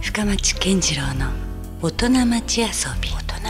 深町健次郎の大人町遊び。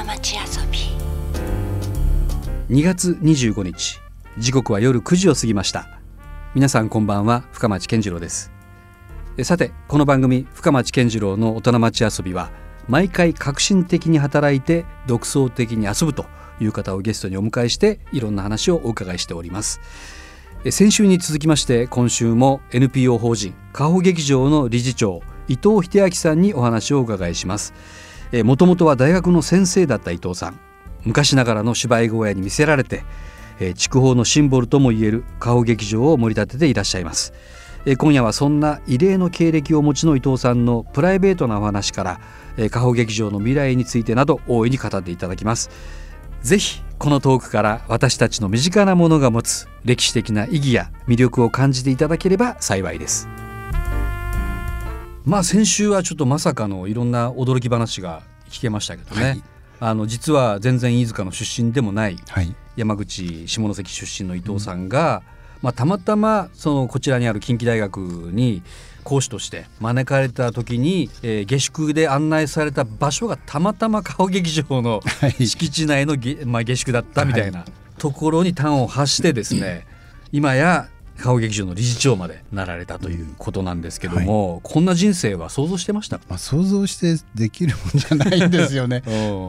2月25日、時刻は夜9時を過ぎました。皆さんこんばんは、深町健次郎です。さて、この番組深町健次郎の大人町遊びは、毎回革新的に働いて独創的に遊ぶという方をゲストにお迎えして、いろんな話をお伺いしております。先週に続きまして、今週も NPO 法人花穂劇場の理事長伊藤秀明さんにお話をお伺いします。もともとは大学の先生だった伊藤さん、昔ながらの芝居小屋に魅せられて、筑豊のシンボルともいえる花穂劇場を盛り立てていらっしゃいます。今夜はそんな異例の経歴をお持ちの伊藤さんのプライベートなお話から、花穂劇場の未来についてなど大いに語っていただきます。ぜひこのトークから私たちの身近なものが持つ歴史的な意義や魅力を感じていただければ幸いです。先週はちょっとまさかのいろんな驚き話が聞けましたけどね、実は全然飯塚の出身でもない、山口下関出身の伊藤さんが、たまたまこちらにある近畿大学に講師として招かれた時に、下宿で案内された場所がたまたま花穂劇場の敷地内の下宿だったみたいなところに端を発してですね、今や花穂劇場の理事長までなられたということなんですけども、こんな人生は想像してましたか？ 想像してできるもんじゃないんですよね。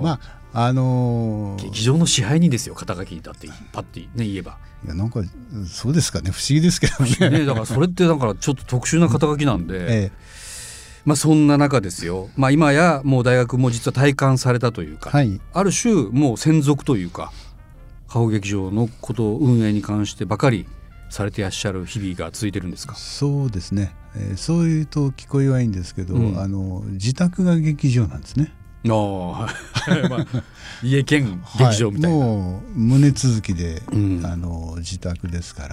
劇場の支配人ですよ、肩書きだってパッて、言えば。 いや、なんかそうですかね、不思議ですけどね。 だからそれってだからちょっと特殊な肩書きなんで、そんな中ですよ、今やもう大学も実は退官されたというか、ある種もう専属というか、花穂劇場のことを運営に関してばかりされていらっしゃる日々が続いてるんですか？ そうですね、そういうと聞こえはいいんですけど、自宅が劇場なんですね。 家兼劇場みたいな、 もう胸続きで、自宅ですから、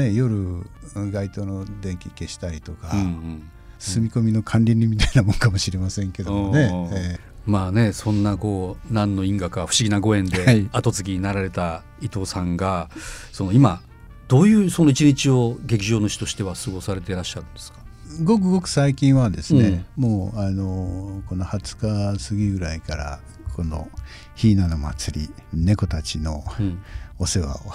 夜街灯の電気消したりとか、住み込みの管理人みたいなもんかもしれませんけどもね、 そんな何の因果か不思議なご縁で後継ぎになられた伊藤さんが、今どういうその一日を劇場主としては過ごされていらっしゃるんですか？ ごくごく最近はですね、もうこの20日過ぎぐらいからこのひいなの祭り、猫たちのお世話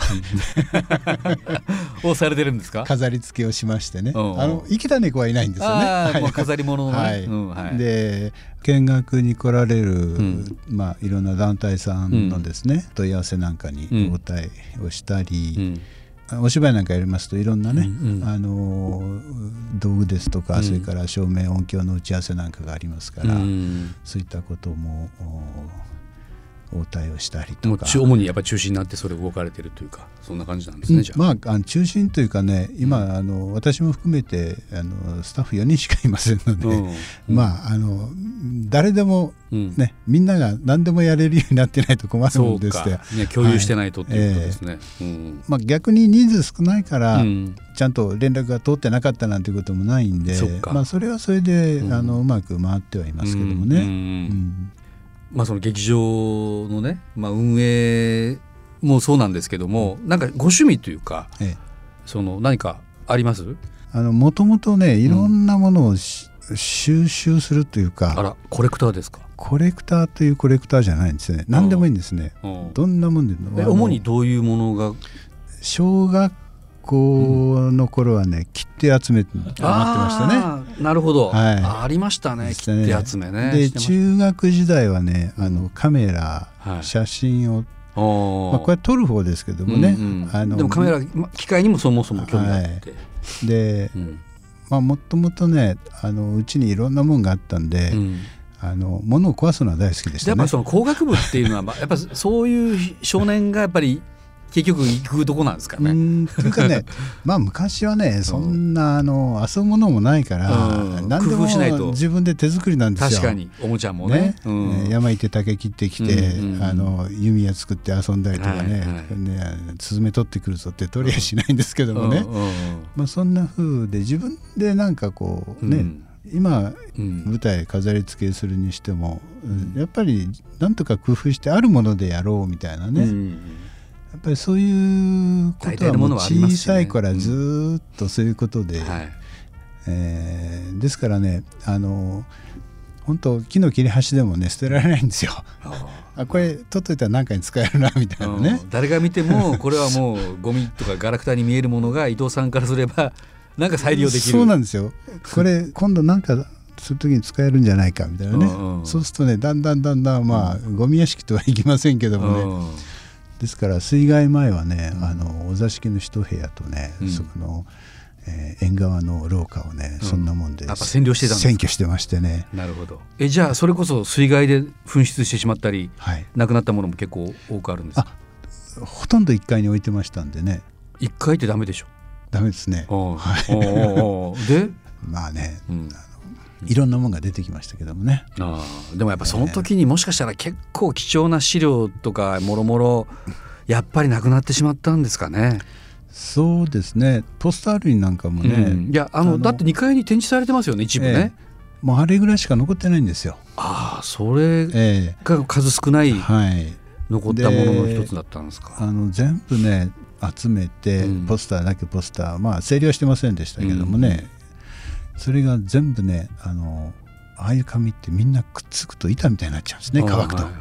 をされてるんですか？ 飾り付けをしましてね、生きた猫はいないんですよね。 飾り物のね、 で見学に来られる、いろんな団体さんのですね、問い合わせなんかに応対をしたり、お芝居なんかやりますといろんなね、道具ですとか、それから照明音響の打ち合わせなんかがありますから、そういったことも応対をしたりとか、 主にやっぱり中心になってそれを動かれてるというか、そんな感じなんですね。じゃあ中心というかね、今私も含めてスタッフ4人しかいませんので、誰でもね、みんなが何でもやれるようになってないと困るもんですって、 共有してないとっていうことですね。 逆に人数少ないから、ちゃんと連絡が通ってなかったなんていうこともないんで、それはそれでうまく回ってはいますけどもね。 その劇場のね、運営もそうなんですけども、なんかご趣味というか、何かあります？ もともとね、いろんなものを収集するというか、 コレクターですか？ コレクターというコレクターじゃないんですね。何でもいいんですね。どんなもんでも。 主にどういうものが？ 小学校の頃はね、切手集めて待ってましたね。 なるほど、ありましたね、切手集めね。 で中学時代はね、カメラ、写真を、これ撮る方ですけどもね、 でもカメラ機械にもそもそも興味があって、 でもともとね、うちにいろんなもんがあったんで、物を壊すのは大好きでしたね。 やっぱりその工学部っていうのはやっぱそういう少年がやっぱり結局行くとこなんですかね。 というかね、昔はね、そんな遊ぶものもないから、何でも自分で手作りなんですよ。 確かにおもちゃもね、 山行って竹切ってきて、弓矢作って遊んだりとかね、スズメ取ってくるぞって取りはしないんですけどもね、そんな風で自分でなんか今舞台飾り付けするにしても、やっぱりなんとか工夫してあるものでやろうみたいなね、やっぱりそういうことはもう小さいからずっとそういうことで、 ですからね本当木の切れ端でもね捨てられないんですよ。これ取っといたら何かに使えるなみたいなね、 誰が見てもこれはもうゴミとかガラクタに見えるものが伊藤さんからすればなんか再利用できる。 そうなんですよ。これ今度なんかそういう時に使えるんじゃないかみたいなね、そうするとねだんだんゴミ屋敷とはいきませんけどもね、ですから水害前はねお座敷の一部屋とね、そこの縁側の廊下をね、そんなもんでやっぱ占領してたんですか。 占拠してましてね。 なるほど。じゃあそれこそ水害で紛失してしまったり、なくなったものも結構多くあるんですか。 ほとんど1階に置いてましたんでね。 1階ってダメでしょ。 ダメですね。 でまあね、いろんなものが出てきましたけどもね。 でもやっぱその時にもしかしたら結構貴重な資料とかもろもろやっぱりなくなってしまったんですかね。 そうですね。ポスター類なんかもね、 いやだって2階に展示されてますよね、一部ね。 もうあれぐらいしか残ってないんですよ。 それが数少ない残ったものの一つだったんですか。 全部ね集めてポスターだけ整理はしてませんでしたけどもね、それが全部ねああいう紙ってみんなくっつくと板みたいになっちゃうんですね、乾くと。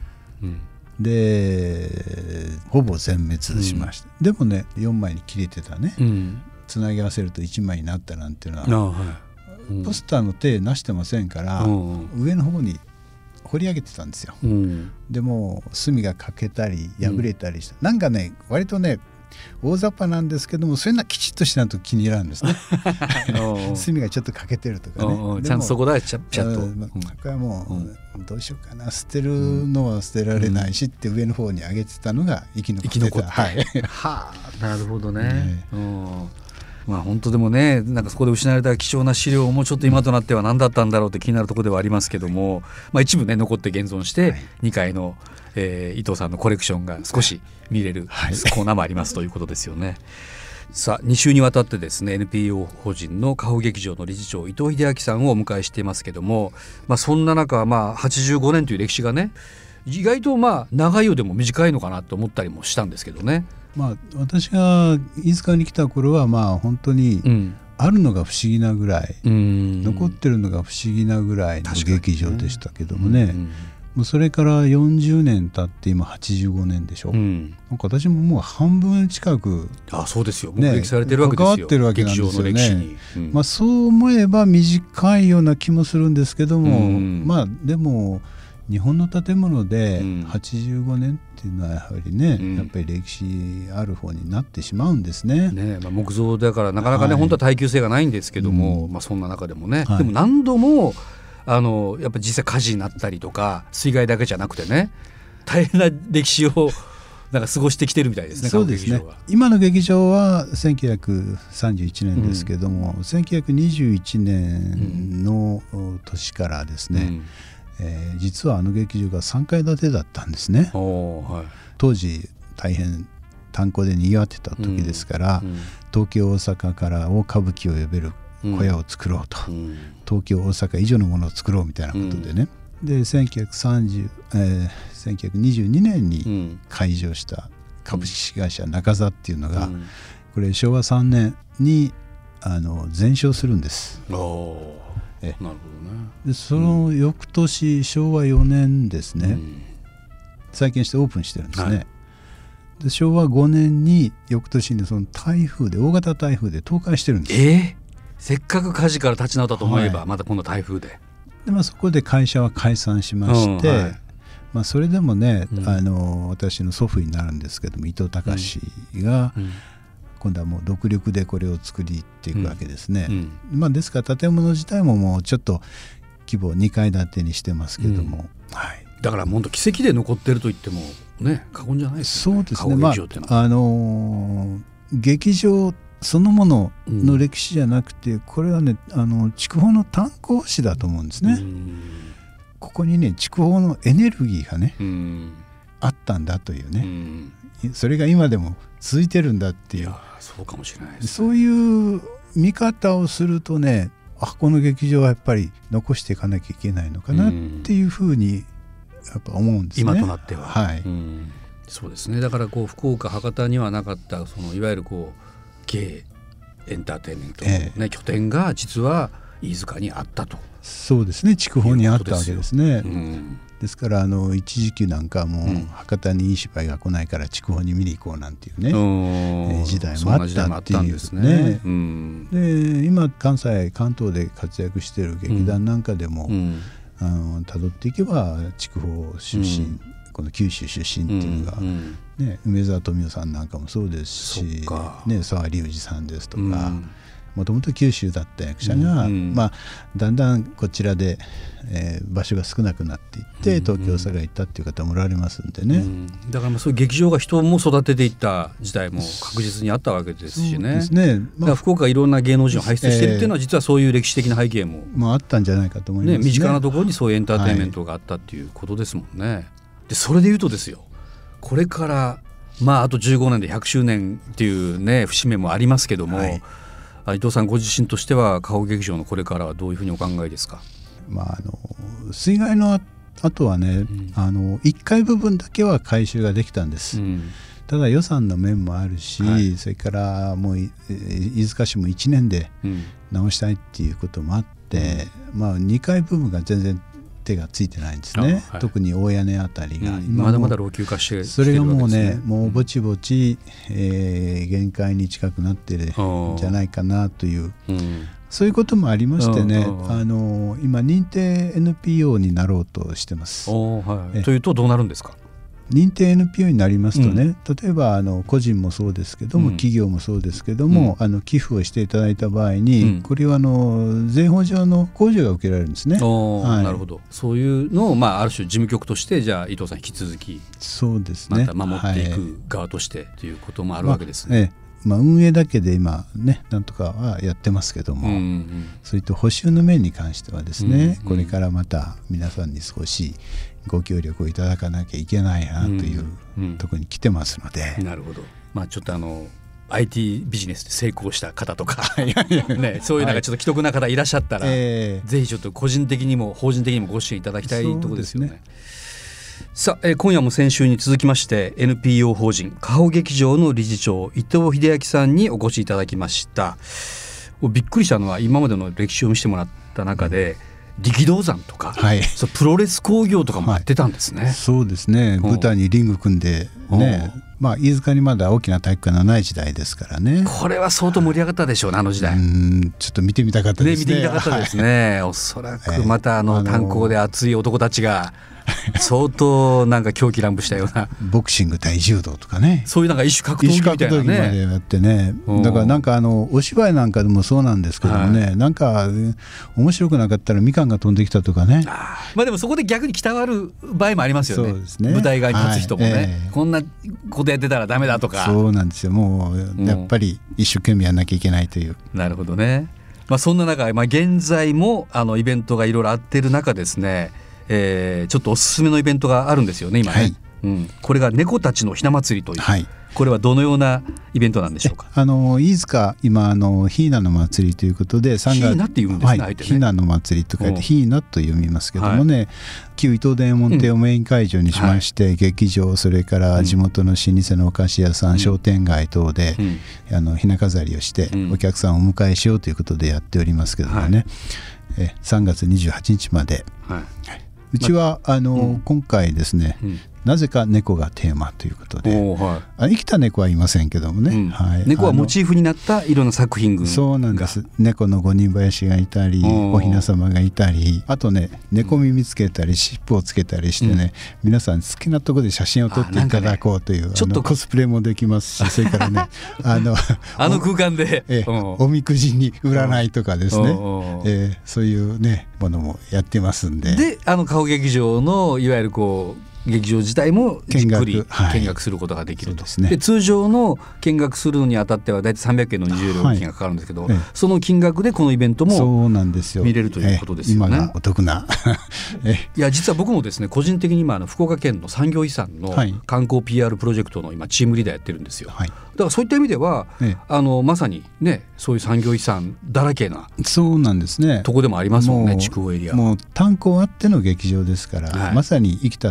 でほぼ全滅しました。でもね4枚に切れてたね、つなぎ合わせると1枚になったなんていうのは、ポスターの手なしてませんから、上の方に掘り上げてたんですよ。でも隅が欠けたり破れたりして、なんかね割とね大雑把なんですけども、そういうのはきちっとしないと気に入らんですね。隅がちょっと欠けてるとかね、 ちゃんとそこだちゃっと、 これはもうどうしようかな、捨てるのは捨てられないしって上の方に上げてたのが生き残ってた。 なるほどね。本当でもね、なんかそこで失われた貴重な資料もちょっと今となっては何だったんだろうって気になるところではありますけども、一部ね残って現存して、2階の、伊藤さんのコレクションが少し見れるコーナーもありますということですよね。さあ2週にわたってですね NPO 法人の嘉穂劇場の理事長伊藤英明さんをお迎えしていますけども、そんな中85年という歴史がね意外と長いようでも短いのかなと思ったりもしたんですけどね。 私が飯塚に来た頃は本当にあるのが不思議なぐらい、残ってるのが不思議なぐらいの劇場でしたけどもね、それから40年経って今85年でしょ、なんか私ももう半分近くそうですよ、目撃されてるわけですよ、 関わってるわけなんですよね。 劇場の歴史に、 そう思えば短いような気もするんですけども、でも日本の建物で85年っていうのはやはりね、やっぱり歴史ある方になってしまうんですね。 木造だからなかなかね、本当は耐久性がないんですけども、そんな中でもね、でも何度もやっぱり実際火事になったりとか水害だけじゃなくてね、大変な歴史をなんか過ごしてきてるみたいですね。 そうですね。今の劇場は1931年ですけども、1921年の年からですね、実はあの劇場が3階建てだったんですね。当時大変炭鉱でにぎわってた時ですから、東京大阪から大歌舞伎を呼べる小屋を作ろうと、東京大阪以上のものを作ろうみたいなことでね、で1922年に開場した株式会社中座っていうのが、これ昭和3年に全焼するんです。 なるほどね。 でその翌年、昭和4年ですね、再建してオープンしてるんですね。で昭和5年に翌年にその大型台風で倒壊してるんです。 せっかく火事から立ち直ったと思えば、また今度台風で。 そこで会社は解散しまして、それでもね、私の祖父になるんですけども、伊藤隆が、今度はもう独力でこれを作りっていくわけですね。ですから建物自体ももうちょっと規模2階建てにしてますけども、 だから本当奇跡で残ってると言ってもね過言じゃないですよね。そうですね。劇場そのものの歴史じゃなくて、これはね筑豊の炭鉱史だと思うんですね。ここにね筑豊のエネルギーがね、あったんだというね、それが今でも続いてるんだっていう、 そうかもしれないですね。 そういう見方をするとね、この劇場はやっぱり残していかなきゃいけないのかなっていうふうにやっぱ思うんですね、 今となっては。そうですね。だから福岡博多にはなかったいわゆる芸エンターテインメントの、拠点が実は飯塚にあったと。 そうですね、筑豊にあったわけですね。ですから一時期なんかもう博多にいい芝居が来ないから筑豊に見に行こうなんていうね、時代もあったっていうね。で今関東で活躍している劇団なんかでも辿っていけば筑豊出身、この九州出身っていうのが、梅沢富美男さんなんかもそうですし、沢隆二さんですとか、もともと九州だった役者が、だんだんこちらで、場所が少なくなっていって東京佐賀行ったっていう方もおられますんでね、 だからそういう劇場が人も育てていった時代も確実にあったわけですしね。そうですね、だから福岡がいろんな芸能人を輩出しているっていうのは実はそういう歴史的な背景も、 あったんじゃないかと思いますね。 身近なところにそういうエンターテインメントがあったっていうことですもんね。でそれでいうとですよ、これからあと15年で100周年っていうね節目もありますけども、伊藤さんご自身としては嘉穂劇場のこれからはどういうふうにお考えですか？ 水害の後はね、1階部分だけは改修ができたんです、ただ予算の面もあるし、それからもう飯塚市も1年で直したいっていうこともあって、2階部分が全然手がついてないんですね、特に大屋根あたりが、 まだまだ老朽化しているわけですね。 それがもうね、もうぼちぼち、限界に近くなってるんじゃないかなという、そういうこともありましてね、今認定 NPO になろうとしてます。 というとどうなるんですか？ 認定 NPO になりますとね、例えば個人もそうですけども、企業もそうですけども、寄付をしていただいた場合に、これは税法上の控除が受けられるんですね。 なるほど。そういうのを、ある種事務局としてじゃあ伊藤さん引き続きそうですね、 また守っていく側としてということもあるわけですね。 運営だけで今ねなんとかはやってますけども、それと補修の面に関してはですね、これからまた皆さんに少しご協力をいただかなきゃいけないなというところに来てますので、 なるほど。ちょっとIT ビジネスで成功した方とかそういうなんかちょっと既得な方いらっしゃったら、ぜひちょっと個人的にも法人的にもご支援いただきたいところですよね。さあ、今夜も先週に続きまして NPO 法人嘉穂劇場の理事長伊藤秀明さんにお越しいただきました。びっくりしたのは今までの歴史を見せてもらった中で、力道山とか、そうプロレス興行とかもやってたんですね。 そうですね、舞台にリング組んでね、飯塚にまだ大きな体育館がない時代ですからね。 これは相当盛り上がったでしょうね、あの時代。 ちょっと見てみたかったですね。 見てみたかったですね、おそらくまた炭鉱で熱い男たちが相当なんか狂気乱舞したようなボクシング対柔道とかね、 そういうなんか一種格闘技みたいなね、 一種格闘技までやってね、だからなんかお芝居なんかでもそうなんですけどもね、なんか面白くなかったらみかんが飛んできたとかね、 でもそこで逆に鍛わる場合もありますよね。 そうですね、 舞台側に立つ人もね、こんなことやってたらダメだとか。 そうなんですよ、もうやっぱり一生懸命やんなきゃいけないという。 なるほどね。そんな中、現在もイベントがいろいろあっている中ですね、ちょっとおすすめのイベントがあるんですよね今ね、これが猫たちのひな祭りという、これはどのようなイベントなんでしょうか？ 飯塚今ひなの祭りということで3月ひなって言うんですね、 ひなの祭りと書いてひなと読みますけどもね、旧伊東電門店をメイン会場にしまして、劇場、それから地元の老舗のお菓子屋さん、商店街等でひな飾りをしてお客さんをお迎えしようということでやっておりますけどもね、3月28日まで、うちは今回ですね、なぜか猫がテーマということで、生きた猫はいませんけどもね、 猫はモチーフになったいろんな作品群が。 そうなんです。猫の五人林がいたり、おひな様がいたり、あとね猫耳つけたり尻尾をつけたりしてね、皆さん好きなところで写真を撮っていただこうという、ちょっとコスプレもできますし、それからねあの空間でおみくじに占いとかですね、そういうねものもやってますんで、 嘉穂劇場のいわゆる劇場自体もじっくり見学することができると。で通常の見学するのにあたっては大体300円の入場料金がかかるんですけど、その金額でこのイベントも見れるということですよね。 今がお得な。 いや実は僕もですね個人的に今福岡県の産業遺産の観光 PR プロジェクトの今チームリーダーやってるんですよ。だからそういった意味ではまさにねそういう産業遺産だらけなそうなんですねとこでもありますもんね。筑豊エリアもう炭鉱あっての劇場ですから、まさに生きた産業遺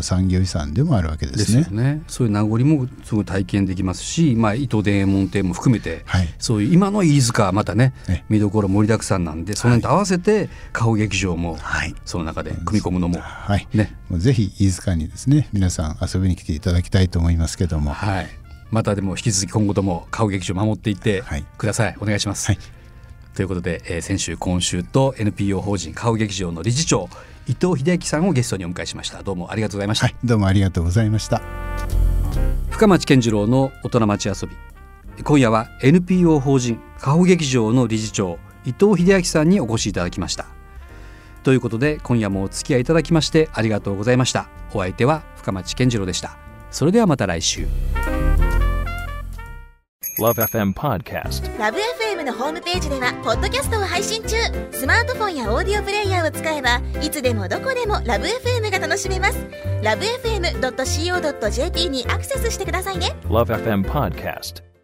遺産でもあるわけですね。 ですよね。そういう名残もすごい体験できますし、糸伝右衛門亭も含めて、はい、そういう今の飯塚はまたね見どころ盛りだくさんなんで、それと合わせて歌舞劇場もその中で組み込むのも、 はいね、もうぜひ飯塚にですね皆さん遊びに来ていただきたいと思いますけども、 はい、またでも引き続き今後とも歌舞劇場守っていってください、お願いします、はい、ということで、先週今週と NPO 法人歌舞劇場の理事長伊藤英明さんをゲストにお迎えしました。どうもありがとうございました。 はい、どうもありがとうございました。 深町健次郎の大人町遊び、今夜は NPO 法人歌舞劇場の理事長伊藤英明さんにお越しいただきました。ということで今夜もお付き合いいただきましてありがとうございました。お相手は深町健次郎でした。それではまた来週。 LoveFM Podcast。LoveFM のホームページではポッドキャストを配信中。スマートフォンやオーディオプレイヤーを使えばいつでもどこでも LoveFM が楽しめます。LoveFM.co.jp にアクセスしてくださいね。LoveFM Podcast。